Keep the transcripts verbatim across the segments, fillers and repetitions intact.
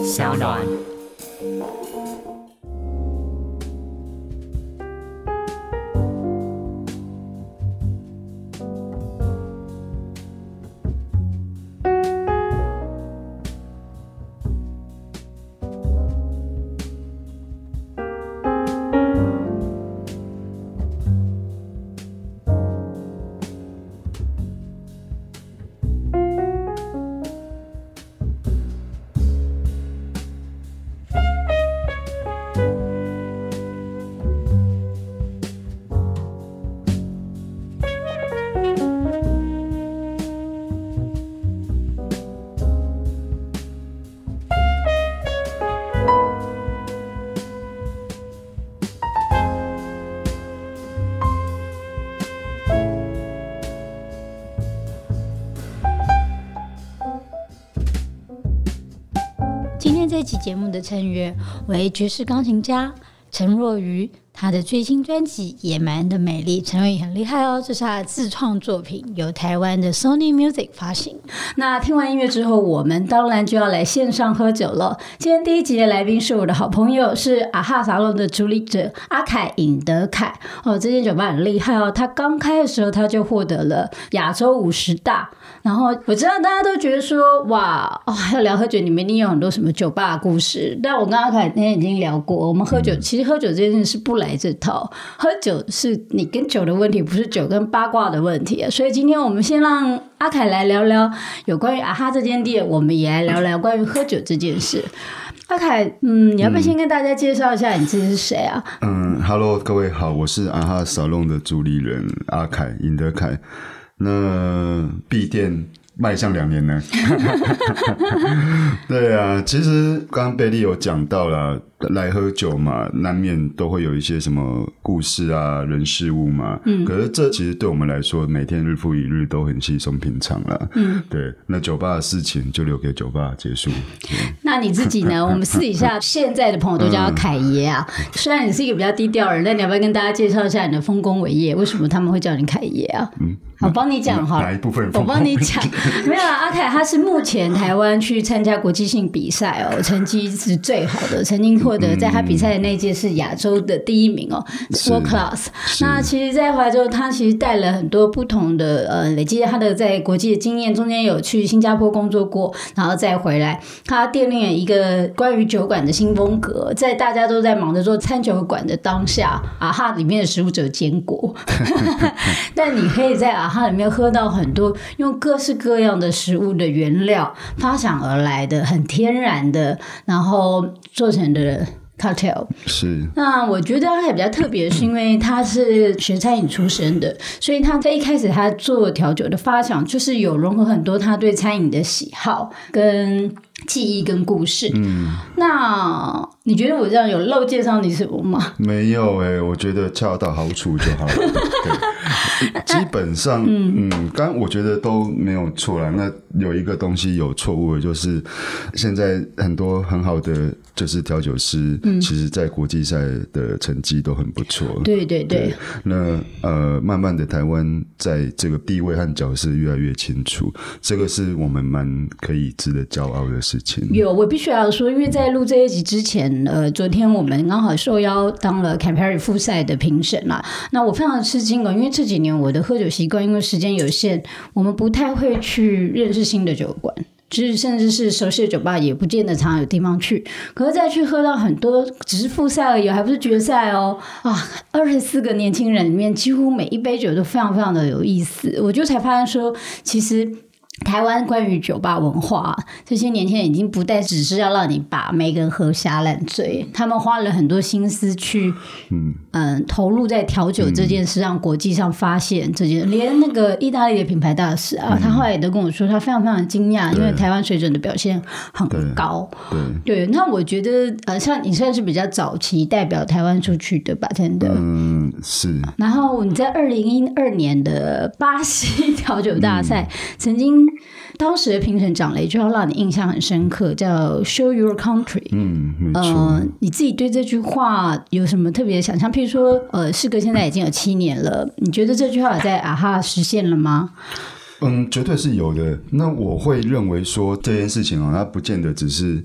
小暖。 今天这期节目的成员为爵士钢琴家陈若愚，他的最新专辑《野蛮的美丽》，陈若愚很厉害哦，这是他的自创作品，由台湾的 Sony Music 发行。那听完音乐之后，我们当然就要来线上喝酒了。今天第一集的来宾是我的好朋友，是啊哈沙龙的主理者阿凯尹德凯哦，这间酒吧很厉害哦，他刚开的时候他就获得了亚洲五十大。然后我知道大家都觉得说哇、哦、要聊喝酒你们一定有很多什么酒吧的故事，但我跟阿凯那天已经聊过，我们喝酒、嗯、其实喝酒这件事是不来这套，喝酒是你跟酒的问题，不是酒跟八卦的问题。所以今天我们先让阿凯来聊聊有关于啊哈这间店，我们也来聊聊关于喝酒这件事。阿凯，嗯，你要不要先跟大家介绍一下你自己是谁啊？ 嗯 ，Hello， 各位好，我是啊哈沙龙的主理人阿凯尹德凯。那闭店迈向两年呢对啊，其实刚刚贝利有讲到啦，来喝酒嘛，难免都会有一些什么故事啊人事物嘛、嗯、可是这其实对我们来说每天日复一日都很稀松平常啦、嗯、对，那酒吧的事情就留给酒吧结束。 那你自己呢？我们私底下现在的朋友都叫他凯爷啊、嗯、虽然你是一个比较低调的人，但你要不要跟大家介绍一下你的丰功伟业，为什么他们会叫你凯爷啊？嗯，我帮你讲好了， 哪一部分？ 我帮你讲。没有啊，阿凯他是目前台湾去参加国际性比赛哦，成绩是最好的，曾经获得在他比赛的那届是亚洲的第一名哦 ，World Class。那其实，在回来之后，他其实带了很多不同的呃，累积他的在国际的经验，中间有去新加坡工作过，然后再回来，他奠定了一个关于酒馆的新风格。在大家都在忙着做餐酒馆的当下，啊哈里面的食物只有坚果，但你可以在啊哈里面喝到很多用各式各样的食物的原料发想而来的很天然的，然后做成的 cocktail。 是， 那我觉得他比较特别是因为他是学餐饮出身的，所以他在一开始他做调酒的发想就是有融合很多他对餐饮的喜好跟记忆跟故事。嗯，那你觉得我这样有漏介绍你什么吗？ 没有欸，我觉得恰到好处就好了。对，基本上嗯，刚刚我觉得都没有错啦。那有一个东西有错误的，就是现在很多很好的就是调酒师、嗯、其实在国际赛的成绩都很不错。 对对 对, 对那呃，慢慢的台湾在这个地位和角色越来越清楚，这个是我们蛮可以值得骄傲的事情。 有，我必须要说，因为在录这一集之前呃，昨天我们刚好受邀当了 Campari 复赛的评审啦。那我非常吃惊哦，因为这几年我的喝酒习惯因为时间有限，我们不太会去认识新的酒馆，就是甚至是熟悉的酒吧也不见得常有地方去，可是再去喝到很多只是复赛而已，还不是决赛哦啊！二十四个年轻人里面，几乎每一杯酒都非常非常的有意思，我就才发现说，其实台湾关于酒吧文化，这些年轻人已经不再只是要让你把妹跟喝瞎烂醉，他们花了很多心思去嗯、呃、投入在调酒这件事，让国际上发现这件事。连那个意大利的品牌大使啊、嗯，他后来也都跟我说他非常非常惊讶，因为台湾水准的表现很高。 对, 对, 对，那我觉得呃，像你算是比较早期代表台湾出去的吧，真的。 嗯，是。 然后你在二零一二年的巴西调酒大赛、嗯、曾经当时的评审讲了一句话让你印象很深刻，叫 Show Your Country。 嗯，没错、 呃、你自己对这句话有什么特别的想象？譬如说呃，事隔现在已经有七年了，你觉得这句话在啊哈实现了吗？ 嗯，绝对是有的。那我会认为说这件事情哦，它不见得只是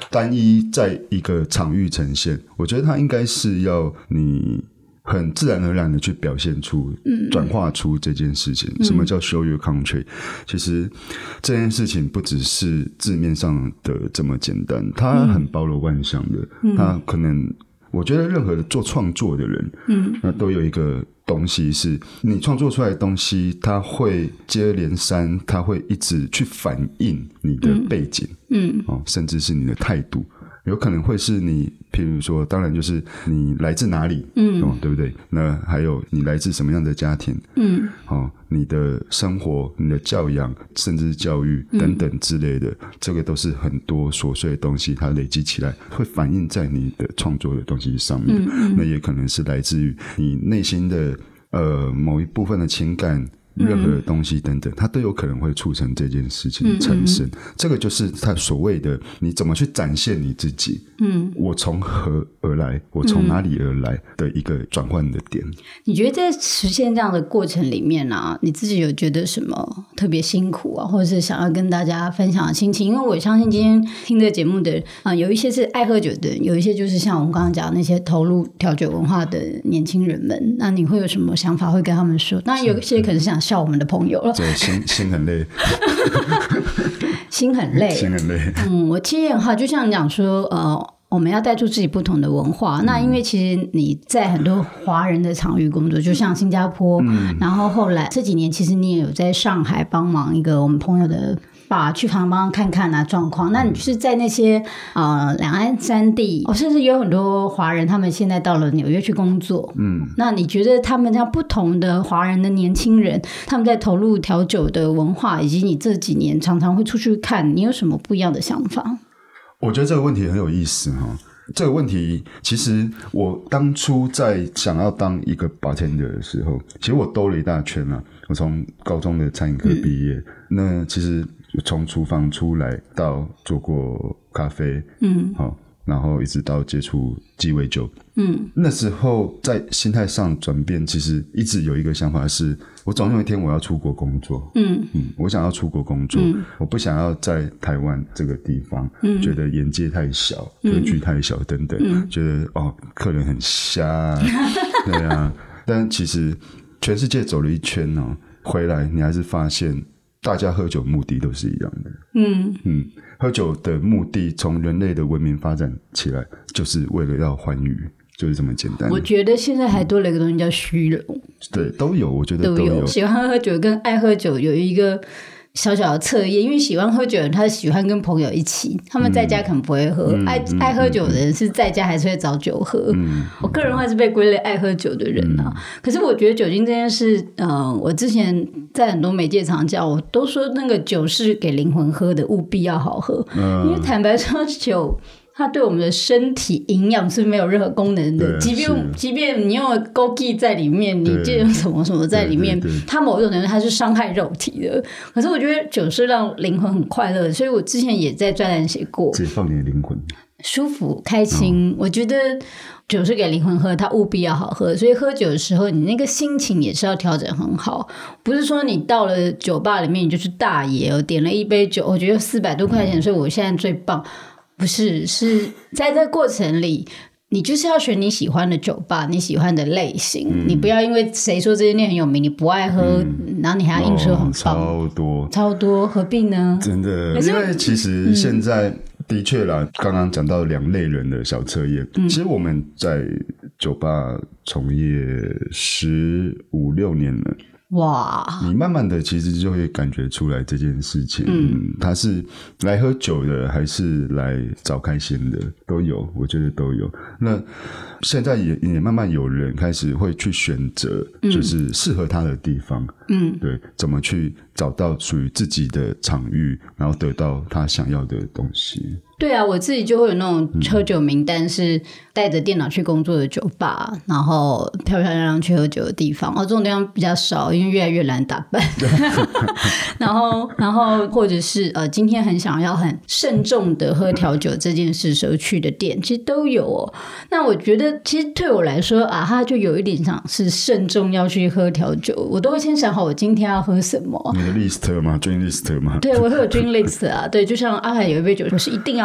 单一在一个场域呈现，我觉得它应该是要你很自然而然的去表现出、嗯、转化出这件事情、嗯、什么叫 show your country， 其实这件事情不只是字面上的这么简单，它很包罗万象的、嗯、它可能我觉得任何做创作的人嗯，那都有一个东西是你创作出来的东西，它会接二连三，它会一直去反映你的背景 嗯, 嗯、哦、甚至是你的态度，有可能会是你譬如说当然就是你来自哪里嗯、哦，对不对？那还有你来自什么样的家庭嗯、哦，你的生活你的教养甚至教育等等之类的、嗯、这个都是很多琐碎的东西，它累积起来会反映在你的创作的东西上面、嗯嗯、那也可能是来自于你内心的呃某一部分的情感任何的东西等等、嗯、它都有可能会促成这件事情产生、嗯嗯、这个就是它所谓的你怎么去展现你自己嗯，我从何而来，我从哪里而来的一个转换的点、嗯、 你觉得在实现这样的过程里面啊，你自己有觉得什么特别辛苦啊，或者是想要跟大家分享的心情？因为我相信今天听这个节目的人、呃、有一些是爱喝酒的人，有一些就是像我们刚刚讲那些投入调酒文化的年轻人们，那你会有什么想法会跟他们说？当然有一些可能是想笑我们的朋友了， 对，心心很累心很累心很累嗯，我其实很好，就像你讲说呃我们要带出自己不同的文化、嗯、那因为其实你在很多华人的场域工作，就像新加坡、嗯、然后后来这几年其实你也有在上海帮忙一个我们朋友的爸去旁帮看看啊状况，那你就是在那些呃两岸三地、哦、甚至有很多华人他们现在到了纽约去工作嗯，那你觉得他们这样不同的华人的年轻人，他们在投入调酒的文化，以及你这几年常常会出去看，你有什么不一样的想法？ 我觉得这个问题很有意思哈。这个问题其实我当初在想要当一个 bartender 的时候，其实我兜了一大圈啊。我从高中的餐饮科毕业、嗯、那其实从厨房出来到做过咖啡嗯，好，然后一直到接触鸡尾酒嗯，那时候在心态上转变，其实一直有一个想法是，我总有一天我要出国工作嗯嗯，我想要出国工作、嗯、我不想要在台湾这个地方、嗯、觉得眼界太小格局太小等等、嗯、觉得哦客人很瞎、啊、对啊，但其实全世界走了一圈哦，回来你还是发现大家喝酒目的都是一样的嗯嗯，喝酒的目的从人类的文明发展起来就是为了要欢愉，就是这么简单。我觉得现在还多了一个东西叫虚荣， 对，都有，我觉得都有。 都有喜欢喝酒跟爱喝酒有一个小小的测验，因为喜欢喝酒的人他喜欢跟朋友一起，他们在家可能不会喝、嗯、爱, 爱喝酒的人是在家还是会找酒喝、嗯、我个人还是被归类爱喝酒的人啊、嗯、可是我觉得酒精这件事、呃、我之前在很多媒介常讲，我都说那个酒是给灵魂喝的，务必要好喝、嗯、因为坦白说酒它对我们的身体营养是没有任何功能的，即便即便你用了枸杞在里面，你就用什么什么在里面，它某一种程度它是伤害肉体的。可是我觉得酒是让灵魂很快乐的，所以我之前也在专栏写过， 解放你的灵魂， 舒服开心、哦、我觉得酒是给灵魂喝，它务必要好喝，所以喝酒的时候你那个心情也是要调整很好，不是说你到了酒吧里面你就是大爷，我点了一杯酒我觉得四百多块钱、嗯、所以我现在最棒，不是，是在这个过程里你就是要选你喜欢的酒吧，你喜欢的类型、嗯、你不要因为谁说这间店很有名你不爱喝、嗯、然后你还要硬说很棒、 哦、超多超多，何必呢？ 真的，因为其实现在、嗯、的确啦，刚刚讲到两类人的小测验、嗯、其实我们在酒吧从业十五六年了，哇，你慢慢的其实就会感觉出来这件事情、嗯嗯、他是来喝酒的还是来找开心的都有，我觉得都有。那现在 也, 也慢慢有人开始会去选择就是适合他的地方嗯，对，怎么去找到属于自己的场域，然后得到他想要的东西。 对啊，我自己就会有那种喝酒名单，是带着电脑去工作的酒吧、嗯、然后漂漂亮亮去喝酒的地方。哦，这种地方比较少，因为越来越懒打扮然后然后或者是呃，今天很想要很慎重的喝调酒这件事时候去的店，其实都有哦。那我觉得其实对我来说啊，它就有一点像是慎重要去喝调酒，我都会先想好我今天要喝什么。 你的 list 吗？ drink list 吗？ 对，我会有 drink list 啊。对，就像阿海有一杯酒我是一定要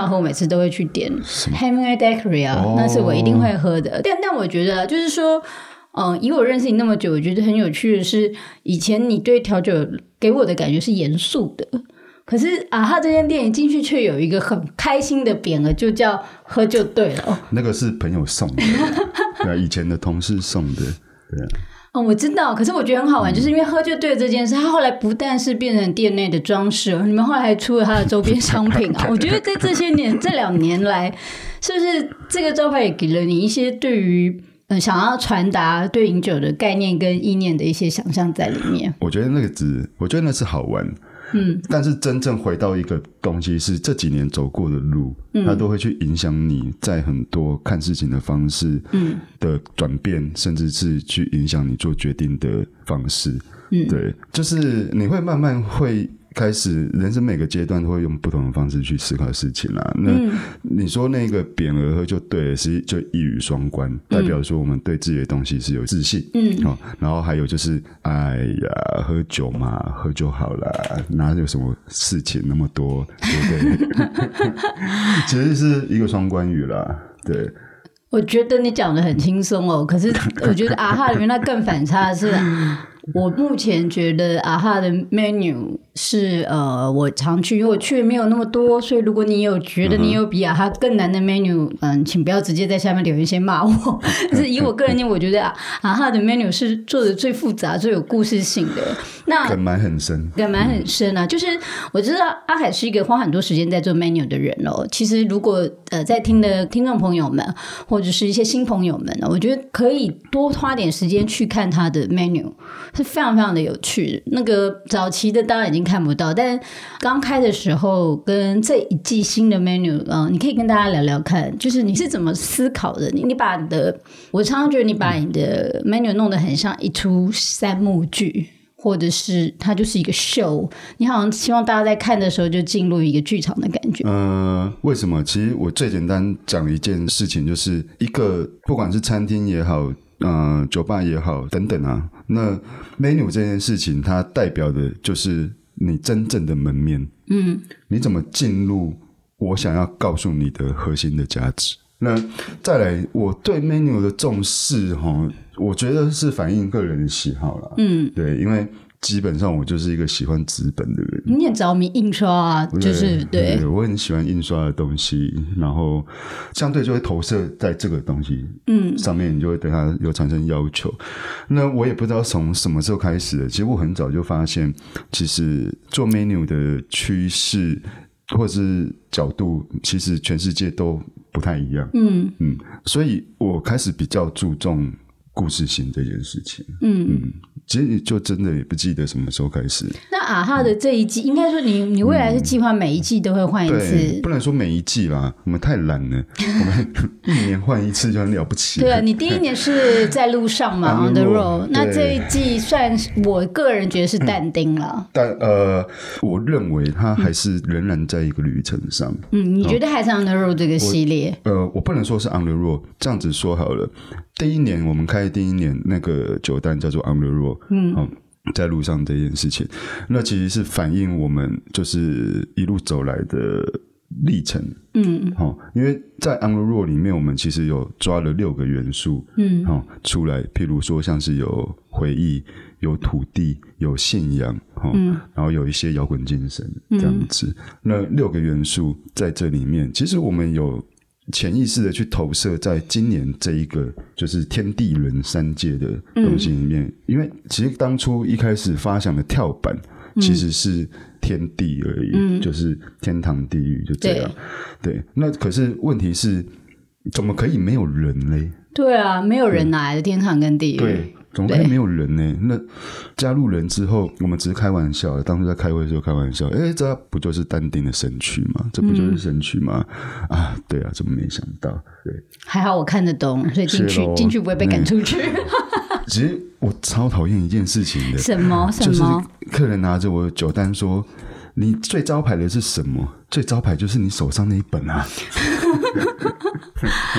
常喝，我每次都会去点 Hemingway Daiquiri 啊、哦、那是我一定会喝的。但但我觉得就是说嗯、呃，以我认识你那么久，我觉得很有趣的是，以前你对调酒给我的感觉是严肃的，可是啊哈这间店一进去却有一个很开心的匾额，就叫喝就对了、哦、 那个是朋友送的对、啊、以前的同事送的对、啊哦，我知道，可是我觉得很好玩、嗯、就是因为喝就对了这件事，它后来不但是变成店内的装饰，你们后来还出了它的周边商品啊我觉得在这些年这两年来，是不是这个招牌也给了你一些对于嗯，想要传达对饮酒的概念跟意念的一些想象在里面？ 我觉得那个只，我觉得那是好玩，嗯，但是真正回到一个东西是这几年走过的路，嗯，它都会去影响你在很多看事情的方式的转变，嗯，甚至是去影响你做决定的方式，嗯，对，就是你会慢慢会开始人生每个阶段都会用不同的方式去思考事情啦。那你说那个匾额喝就对了，其实就一语双关，代表说我们对自己的东西是有自信，嗯，哦，然后还有就是哎呀喝酒嘛，喝就好啦，哪有什么事情那么多，对不对其实是一个双关语啦，对。 我觉得你讲得很轻松哦，可是我觉得啊哈里面它更反差的是我目前觉得啊哈的 menu 是呃，我常去，因为我去的没有那么多，所以如果你有觉得你有比啊哈更难的 menu， 嗯，请不要直接在下面留言先骂我。就是以我个人念，我觉得啊哈的 menu 是做的最复杂、最有故事性的。那梗埋很深， 梗埋很深啊！就是我知道阿凯是一个花很多时间在做 menu 的人哦。其实如果呃在听的听众朋友们，或者是一些新朋友们呢，我觉得可以多花点时间去看他的 menu。是非常非常的有趣的，那个早期的当然已经看不到，但刚开的时候跟这一季新的 menu， 嗯、呃，你可以跟大家聊聊看，就是你是怎么思考的？你你把你的，我常常觉得你把你的 menu 弄得很像一出三幕剧，或者是它就是一个 show， 你好像希望大家在看的时候就进入一个剧场的感觉。 呃，为什么？其实我最简单讲一件事情，就是一个不管是餐厅也好。呃，酒吧也好等等啊，那 menu 这件事情它代表的就是你真正的门面，嗯，你怎么进入我想要告诉你的核心的价值。那再来我对 menu 的重视齁，我觉得是反映个人的喜好啦，嗯，对，因为基本上我就是一个喜欢纸本的人， 你很着迷印刷啊，就是 对, 对，我很喜欢印刷的东西，然后相对就会投射在这个东西嗯上面，你就会对它有产生要求。那我也不知道从什么时候开始的，其实我很早就发现，其实做 menu 的趋势或是角度，其实全世界都不太一样，嗯嗯，所以我开始比较注重故事性这件事情，嗯嗯，其实就真的也不记得什么时候开始。 那啊哈的这一季，嗯、应该说你你未来是计划每一季都会换一次， 对，不能说每一季啦，我们太懒了，我们一年换一次就很了不起了。 对啊，你第一年是在路上嘛 ，on the road， 那这一季算我个人觉得是但丁了。 但呃，我认为它还是仍然在一个旅程上。 嗯，你觉得还是 on the road 这个系列？ 呃，我不能说是 on the road， 这样子说好了。第一年我们开第一年那个酒单叫做 on the road， 嗯、哦，在路上这件事情，那其实是反映我们就是一路走来的历程，嗯，哦，因为在 on the road 里面，我们其实有抓了六个元素，嗯，哦，出来，譬如说像是有回忆、有土地、有信仰，哦，嗯，然后有一些摇滚精神这样子，嗯，那六个元素在这里面，其实我们有潜意识的去投射在今年这一个就是天地人三界的东西里面，嗯，因为其实当初一开始发想的跳板其实是天地而已，嗯，就是天堂地狱就这样，对，对，那可是问题是怎么可以没有人嘞？ 对啊，没有人哪来的天堂跟地狱？ 对，怎么可以没有人呢？那加入人之后，我们只是开玩笑的，当初在开会的时候开玩笑，诶，这不就是但丁的神曲吗？这不就是神曲吗？嗯，啊，对啊，怎么没想到？对， 还好我看得懂，所以进去进去不会被赶出去。 其实我超讨厌一件事情的， 什么什么？ 就是客人拿着我的酒单说：“你最招牌的是什么？最招牌就是你手上那一本啊。”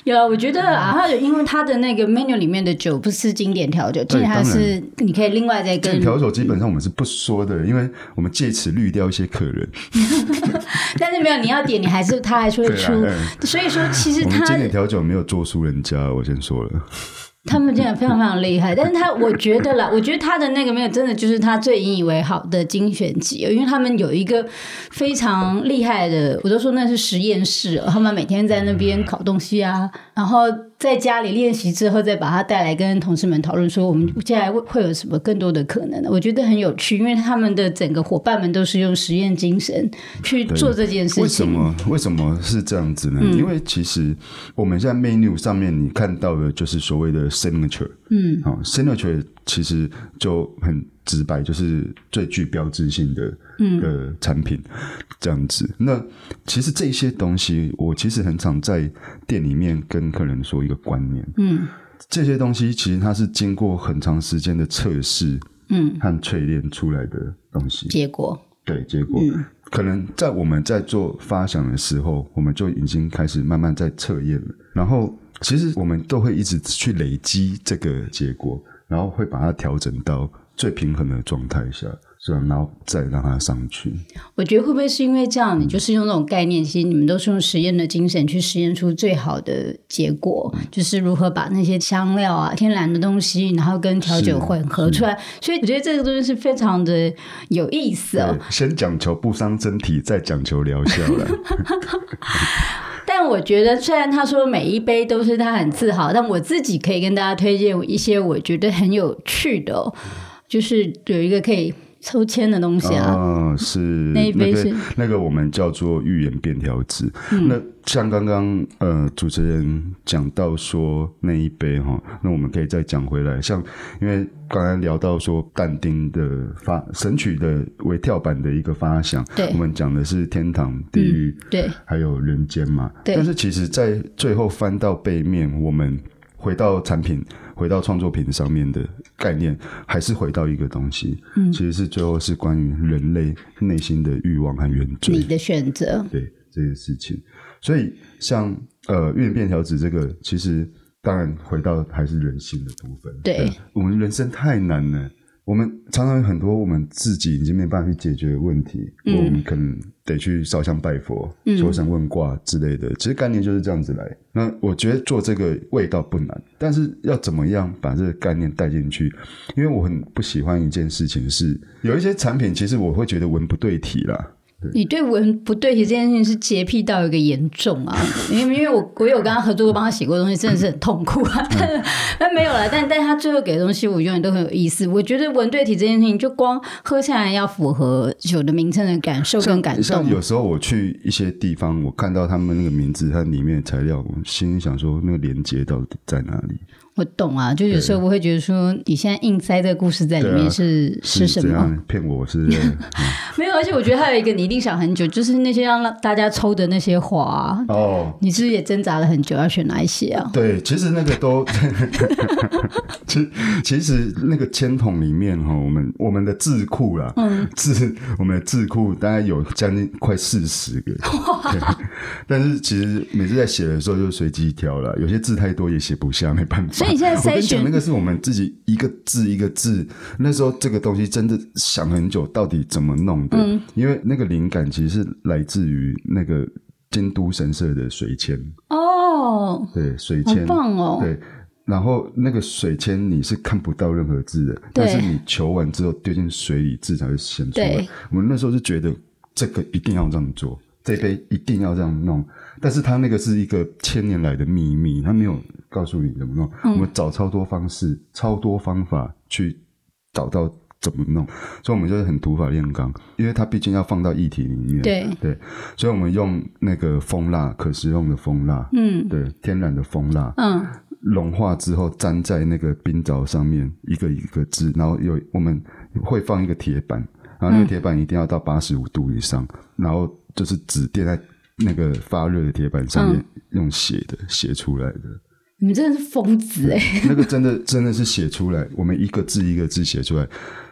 有啊，我觉得啊，它因为它的那个 menu 里面的酒不是经典调酒，经典它是你可以另外再跟经典调酒基本上我们是不说的，因为我们借此滤掉一些客人。 但是没有你要点，你还是他还是会出，啊嗯、所以说其实他我们经典调酒没有做输人家，我先说了。 他们真的非常非常厉害，但是他我觉得啦，我觉得他的那个没有真的就是他最引以为好的精选集，因为他们有一个非常厉害的，我都说那是实验室，他们每天在那边烤东西啊，然后在家里练习之后再把它带来跟同事们讨论说我们接下来会有什么更多的可能，我觉得很有趣，因为他们的整个伙伴们都是用实验精神去做这件事情。 为什么为什么是这样子呢、嗯、因为其实我们现在 menu 上面你看到的就是所谓的 signature， 嗯，好、哦、signature 其实就很直白，就是最具标志性的、嗯、的产品这样子。那其实这些东西我其实很常在店里面跟客人说一个观念，嗯，这些东西其实它是经过很长时间的测试嗯和淬炼出来的东西结果， 对结果、嗯、可能在我们在做发想的时候我们就已经开始慢慢在测验了，然后其实我们都会一直去累积这个结果，然后会把它调整到最平衡的状态下，然后再让它上去。我觉得会不会是因为这样，你就是用那种概念，其实你们都是用实验的精神去实验出最好的结果，就是如何把那些香料啊天然的东西然后跟调酒混合出来，所以我觉得这个东西是非常的有意思哦。 先讲求不伤身体，再讲求疗效了。 但我觉得虽然他说每一杯都是他很自豪，但我自己可以跟大家推荐一些我觉得很有趣的、哦、就是有一个可以抽签的东西啊， 哦、是那一杯是、 那个、那个我们叫做预言便条纸、嗯、那像刚刚呃主持人讲到说那一杯哈，那我们可以再讲回来，像因为刚才聊到说但丁的发神曲的为跳板的一个发想，对，我们讲的是天堂地狱、嗯、对，还有人间嘛，对，但是其实在最后翻到背面，我们回到产品回到创作品上面的概念还是回到一个东西、嗯、其实是最后是关于人类内心的欲望和原罪， 你的选择， 对这件事情。所以像呃预言便条纸这个其实当然回到还是人性的部分， 对, 对我们人生太难了，我们常常有很多我们自己已经没办法去解决的问题、嗯、我们可能得去烧香拜佛、嗯、求神问卦之类的，其实概念就是这样子来。那我觉得做这个味道不难，但是要怎么样把这个概念带进去，因为我很不喜欢一件事情是有一些产品其实我会觉得文不对题啦， 对，你对文不对题这件事情是洁癖到一个严重啊，因为因为我我有跟他合作过，帮他写过东西，真的是很痛苦啊。但但没有啦，但但他最后给的东西我永远都很有意思。我觉得文对题这件事情，就光喝下来要符合酒的名称的感受跟感动。 像, 像有时候我去一些地方，我看到他们那个名字和里面的材料，我心里想说那个连接到底在哪里？ 我懂啊，就有时候我会觉得说你现在硬塞这个故事在里面是、啊、是, 是什么骗我是、嗯、 没有，而且我觉得还有一个你一定想很久，就是那些让大家抽的那些花、啊、哦，你是不是也挣扎了很久要选哪一些啊？ 对，其实那个都其, 其实那个签筒里面我们我们的字库啦，嗯，字我们的字库大概有将近快四十个，但是其实每次在写的时候就随机挑啦，有些字太多也写不下，没办法。 所以你现在筛选，我跟你讲， 那个是我们自己一个字一个字，那时候这个东西真的想很久，到底怎么弄的？嗯，因为那个灵感其实是来自于那个京都神社的水签哦，对，水签， 好棒哦， 对。然后那个水签你是看不到任何字的，但是你求完之后丢进水里，字才会显出来。我们那时候就觉得这个一定要这样做，这杯一定要这样弄，但是他那个是一个千年来的秘密，他没有告诉你怎么弄、嗯、我们找超多方式超多方法去找到怎么弄，所以我们就是很土法炼钢，因为它毕竟要放到液体里面，对对，所以我们用那个蜂蜡，可食用的蜂蜡，嗯，对，天然的蜂蜡，嗯，融化之后粘在那个冰凿上面，一个一个字，然后有我们会放一个铁板，然后那个铁板一定要到八十五度以上、嗯、然后就是纸垫在那个发热的铁板上面、嗯、用写的写出来的。 你们真的是疯子耶， 那个真的真的是写出来，我们一个字一个字写出来。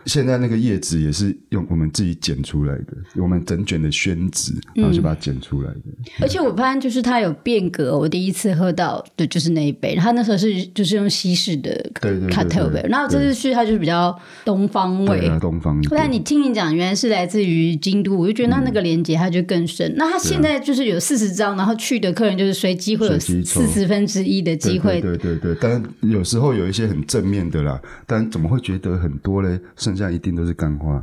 现在那个叶子也是用我们自己剪出来的，我们整卷的宣纸，然后就把它剪出来的。嗯、 而且我发现就是它有变革，我第一次喝到的就是那一杯，它那时候是就是用西式的 cocktail 杯，然后这次去它就是比较东方味， 对啊，东方。 但你听你讲原来是来自于京都，我就觉得那那个连结它就更深。嗯、那它现在就是有四十张，然后去的客人就是随机会有四十分之一的机会， 对对对对。但有时候有一些很正面的啦，但怎么会觉得很多嘞？剩下一定都是干话。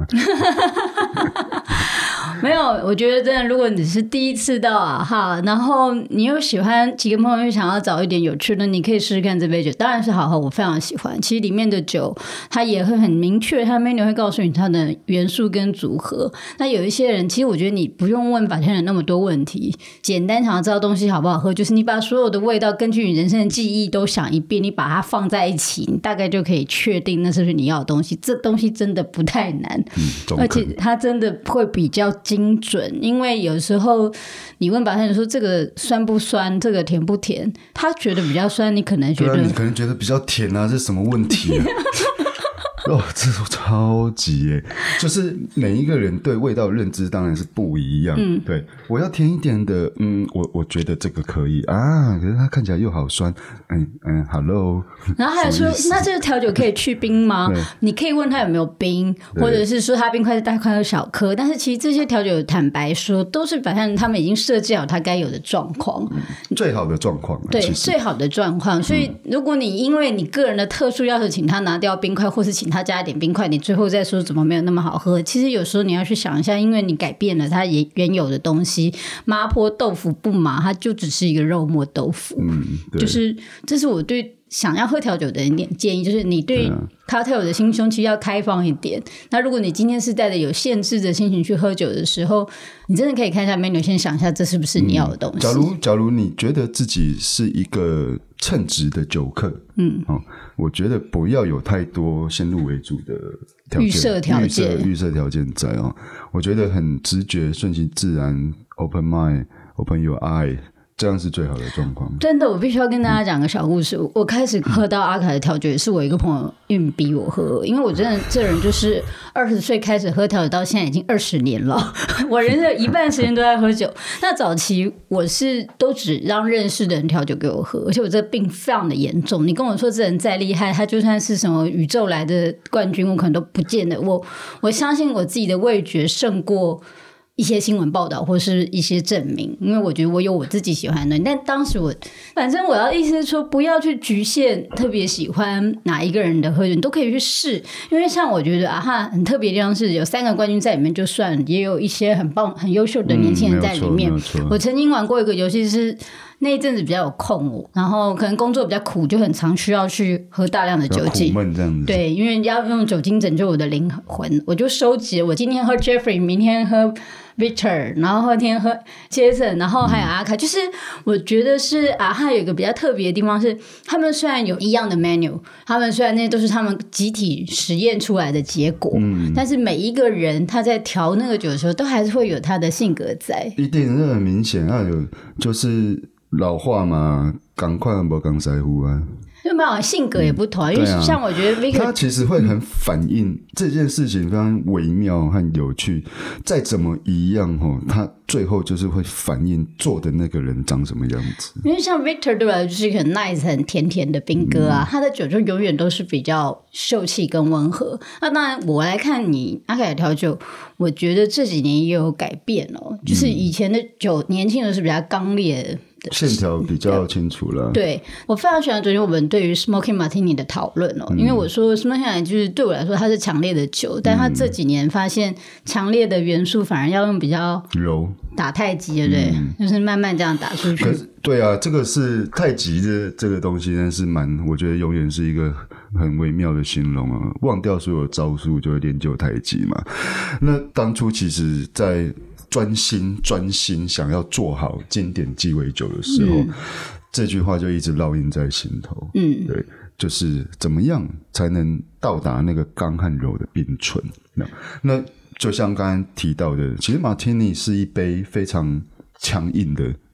没有，我觉得真的，如果你是第一次到啊哈，然后你又喜欢几个朋友又想要找一点有趣的，你可以试试看这杯酒，当然是好喝，我非常喜欢。其实里面的酒它也会很明确，它 menu 会告诉你它的元素跟组合。那有一些人，其实我觉得你不用问法天人那么多问题，简单想要知道东西好不好喝，就是你把所有的味道根据你人生的记忆都想一遍，你把它放在一起，你大概就可以确定那是不是你要的东西。这东西真的不太难，嗯、而且它真的会比较精准，因为有时候你问白人说这个酸不酸，这个甜不甜，他觉得比较酸，你可能觉得、 啊、你可能觉得比较甜啊，这是什么问题啊？哦，这超级耶！就是每一个人对味道的认知当然是不一样。嗯，对，我要甜一点的，嗯，我我觉得这个可以啊，可是它看起来又好酸，嗯嗯 ，hello。 然后还有说，那这个调酒可以去冰吗？你可以问他有没有冰，或者是说他冰块是大块或小颗。但是其实这些调酒坦白说，都是反正他们已经设计好它该有的状况、 嗯，最好的状况、啊， 对，最好的状况。所以如果你因为你个人的特殊要求，请他拿掉冰块，或是请他加一点冰块，你最后再说怎么没有那么好喝，其实有时候你要去想一下，因为你改变了它原有的东西，麻婆豆腐不麻，它就只是一个肉末豆腐。嗯，就是这是我对想要喝调酒的人点建议，就是你对 cocktail 的心胸其实要开放一点。那如果你今天是带着有限制的心情去喝酒的时候，你真的可以看一下 menu， 先想一下这是不是你要的东西。嗯、 假如假如你觉得自己是一个称职的酒客，嗯、哦，我觉得不要有太多先入为主的条件， 预设条件， 预设条件在哦。我觉得很直觉、顺其自然 ，open mind，open your eye。这样是最好的状况。 真的，我必须要跟大家讲个小故事。嗯、我开始喝到阿凯的调酒，也是我一个朋友硬逼我喝，因为我真的这人就是二十岁开始喝调酒，到现在已经二十年了。我人生一半时间都在喝酒。那早期我是都只让认识的人调酒给我喝，而且我这个病非常的严重。你跟我说这人再厉害，他就算是什么宇宙来的冠军，我可能都不见得。我我相信我自己的味觉胜过一些新闻报道或是一些证明，因为我觉得我有我自己喜欢的。但当时我反正我要意思是说，不要去局限特别喜欢哪一个人的喝酒，你都可以去试。因为像我觉得啊哈很特别的地方是有三个冠军在里面就算了，也有一些很棒很优秀的年轻人在里面、嗯、我曾经玩过一个游戏是那一阵子比较有空，然后可能工作比较苦，就很常需要去喝大量的酒精， 苦闷这样子。 对，因为要用酒精拯救我的灵魂，我就收集了我今天喝 Jeffrey， 明天喝Victor， 然后后天喝 Jason， 然后还有阿卡、嗯、就是我觉得是啊哈有一个比较特别的地方是，他们虽然有一样的 menu， 他们虽然那些都是他们集体实验出来的结果、嗯、但是每一个人他在调那个酒的时候都还是会有他的性格在， 一定这很明显啊，有就是老话嘛，赶快不赶师傅啊， 就没有性格也不同、嗯、因为像我觉得 Victor 他其实会很反映、嗯、这件事情非常微妙和有趣，再怎么一样他最后就是会反映做的那个人长什么样子。 因为像 Victor 对我来说就是一个很 nice 很甜甜的兵哥啊、嗯、他的酒就永远都是比较秀气跟温和。那当然我来看你阿凯的调酒，我觉得这几年也有改变哦，就是以前的酒年轻人是比较刚烈的， 线条比较清楚了。 对，我非常喜欢昨天我们对于 Smoking Martini 的讨论哦、嗯，因为我说 Smoking Martini 就是对我来说它是强烈的酒，但它这几年发现强烈的元素反而要用比较柔打太极，对不对、嗯？就是慢慢这样打出去。 可是对啊，这个是太极的这个东西，但是蛮，我觉得永远是一个很微妙的形容啊。忘掉所有招数就会练就太极嘛。那当初其实，在专心专心想要做好经典鸡尾酒的时候、嗯、这句话就一直烙印在心头。嗯，对，就是怎么样才能到达那个刚和柔的并存。那那就像刚才提到的，其实马提尼是一杯非常强硬的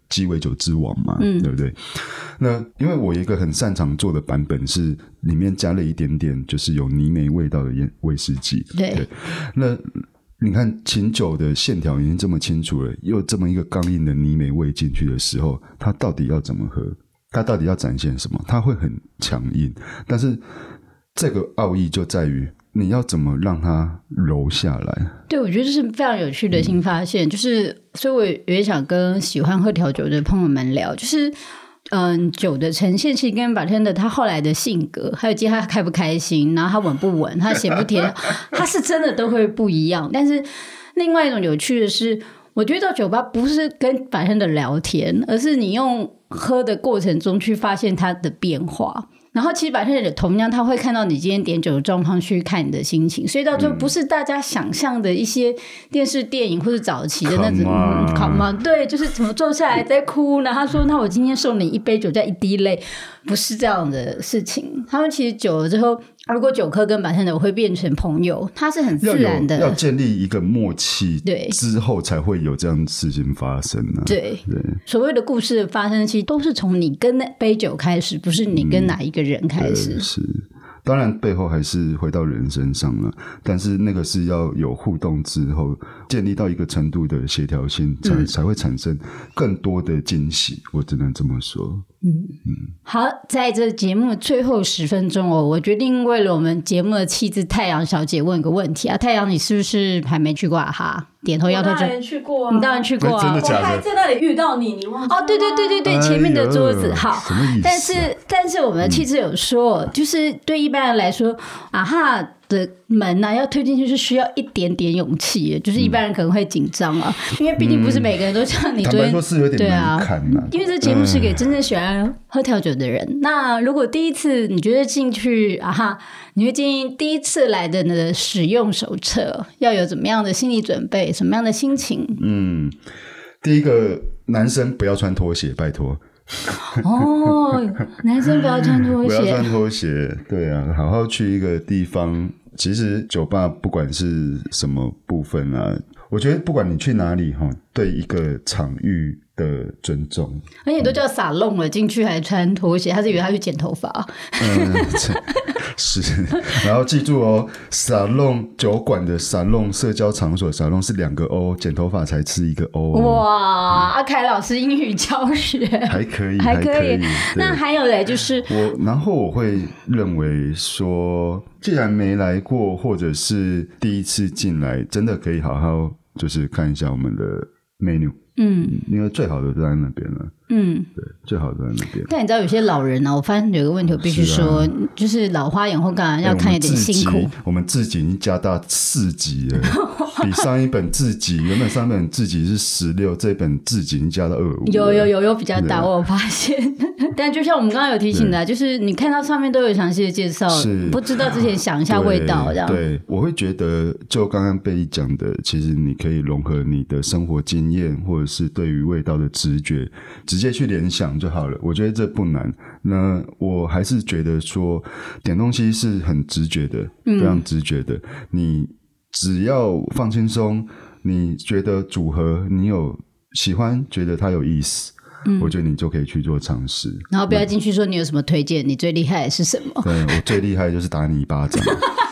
鸡尾酒之王嘛、 嗯、 对不对？那因为我有一个很擅长做的版本是里面加了一点点就是有泥煤味道的威士忌， 对, 对，那你看琴酒的线条已经这么清楚了，又这么一个刚硬的泥煤味进去的时候，它到底要怎么喝？它到底要展现什么？它会很强硬，但是这个奥义就在于你要怎么让它柔下来。 对，我觉得这是非常有趣的新发现、嗯、就是所以我也想跟喜欢喝调酒的朋友们聊，就是嗯，酒的呈现其实跟 bartender 他后来的性格，还有接他开不开心，然后他稳不稳，他咸不甜他是真的都会不一样。但是另外一种有趣的是，我觉得到酒吧不是跟 bartender 聊天，而是你用喝的过程中去发现它的变化。然后其实bartender的同样他会看到你今天点酒的状况去看你的心情，所以到最后不是大家想象的一些电视电影或者早期的那种考嘛、嗯，对，就是怎么坐下来在哭，然后他说那我今天送你一杯酒加一滴泪，不是这样的事情。他们其实久了之后，如果酒客跟bartender会变成朋友，他是很自然的， 要, 要建立一个默契， 对， 之后才会有这样的事情发生、啊、 对, 对， 所谓的故事的发生其实都是从你跟那杯酒开始，不是你跟哪一个人开始、 嗯、是，当然背后还是回到人身上了，但是那个是要有互动之后建立到一个程度的协调性才、嗯、才会产生更多的惊喜，我只能这么说。嗯嗯，好，在这节目最后十分钟哦，我决定为了我们节目的妻子太阳小姐问个问题啊，太阳你是不是还没去过啊哈？点头摇头。 我当然去过啊， 你当然去过啊， 真的假的？ 我还在那里遇到你，你忘记了吗？ 哦，对对对对对，哎、前面的桌子好。 什么意思啊？ 但是但是我们的妻子有说、嗯，就是对一般人来说啊哈的门啊要推进去是需要一点点勇气的，就是一般人可能会紧张啊、嗯，因为毕竟不是每个人都像你昨天、 嗯、坦白说是有点难看啊， 因为这节目是给真正喜欢喝调酒的人、嗯、那如果第一次你觉得进去啊哈，你会建议第一次来的的使用手册要有怎么样的心理准备，什么样的心情？嗯， 第一个，男生不要穿拖鞋，拜托。 哦，男生不要穿拖鞋， 不要穿拖鞋，对啊，好好去一个地方。其实酒吧不管是什么部分啊，我觉得不管你去哪里，对一个场域的尊重， 而且都叫撒弄了，进去还穿拖鞋，他是以为他去剪头发。 嗯，是。然后记住哦，撒弄酒馆的撒弄，社交场所撒弄是两个 O， 剪头发才吃一个 O。 哇，阿凯老师英语教学还可以， 还可以。 可以那还有嘞，就是我，然后我会认为说，既然没来过，或者是第一次进来，真的可以好好就是看一下我们的 menu。嗯，因为最好的都在那边了。嗯，对，最好的都在那边。 但你知道有些老人呢、啊，我发现有个问题，我必须说、啊，就是老花眼或干嘛要看有点辛苦。 欸、我们自己已经加大四级了，比上一本自己原本上一本自己是十六，这本自己已经加到二五。 有有有有比较大，我有发现。但就像我们刚刚有提醒的、啊，就是你看到上面都有详细的介绍，不知道之前想一下味道这样。 对，对我会觉得就刚刚贝利讲的，其实你可以融合你的生活经验或者是对于味道的直觉，直接去联想就好了。我觉得这不难。那我还是觉得说点东西是很直觉的，非常直觉的。嗯、你只要放轻松，你觉得组合你有喜欢，觉得它有意思。嗯、我觉得你就可以去做尝试， 然后不要进去说你有什么推荐，你最厉害的是什么？ 对，我最厉害就是打你一巴掌。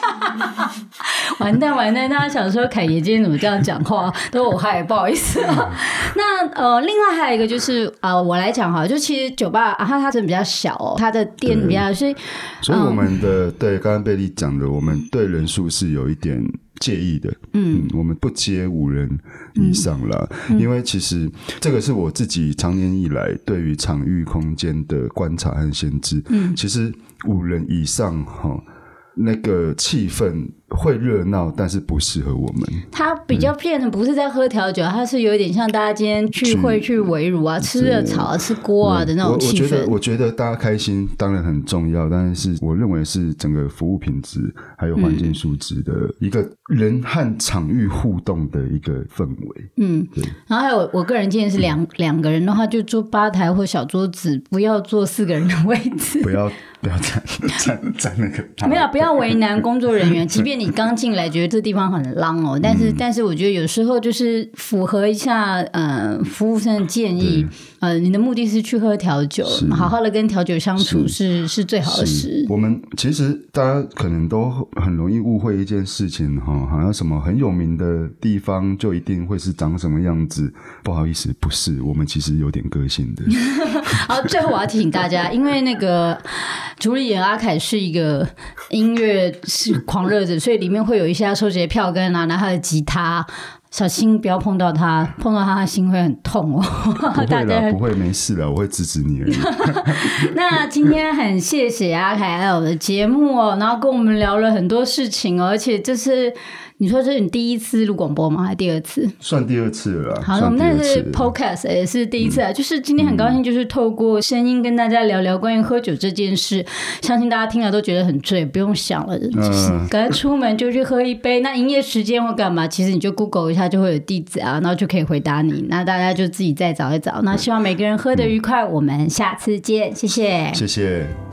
完蛋完蛋，大家想说凯爷今天怎么这样讲话，都我害，不好意思啊。那呃，另外还有一个就是啊、呃，我来讲哈，就其实酒吧啊，它它真的比较小哦，它的店比较，所以所以我们的、嗯、对刚刚贝利讲的，我们对人数是有一点介意的，嗯，嗯我们不接五人以上啦、嗯、因为其实这个是我自己长年以来对于场域空间的观察和限制，嗯，其实五人以上哈。那个气氛会热闹，但是不适合我们。它比较变成不是在喝调酒，它是有点像大家今天聚会去围炉啊、吃热炒啊、吃锅啊的那种气氛。 我, 我觉得，我觉得大家开心当然很重要，但是我认为是整个服务品质还有环境素质的一个人和场域互动的一个氛围。嗯，对。 然后还有我个人建议是两两、嗯、个人的话，就坐吧台或小桌子，不要坐四个人的位置， 不要。不要站站站那个， 没有，不要为难工作人员。即便你刚进来觉得这地方很浪哦，但是、嗯、但是我觉得有时候就是符合一下呃服务生的建议，呃，你的目的是去喝调酒，好好的跟调酒相处是 是, 是最好的事。 我们其实大家可能都很容易误会一件事情哈，好像什么很有名的地方就一定会是长什么样子，不好意思，不是，我们其实有点个性的。 好，最后我要提醒大家，因为那个主理人阿凯是一个音乐狂热者，所以里面会有一些收集的票根啊，拿他的吉他，小心不要碰到他，碰到他他心会很痛哦。 不会啦，不会，没事啦，我会制止你而已。 那今天很谢谢阿凯来我的节目哦，然后跟我们聊了很多事情哦，而且这是你说这是你第一次录广播吗？还是第二次？ 算第二次了啦。 好，我们那是 podcast 也是第一次啊、嗯，就是今天很高兴，就是透过声音跟大家聊聊关于喝酒这件事，相信大家听了都觉得很醉，不用想了，就是赶快出门就去喝一杯。那营业时间或干嘛，其实你就 Google 一下就会有地址啊，然后就可以回答你。那大家就自己再找一找。那希望每个人喝得愉快，我们下次见，谢谢， 谢谢。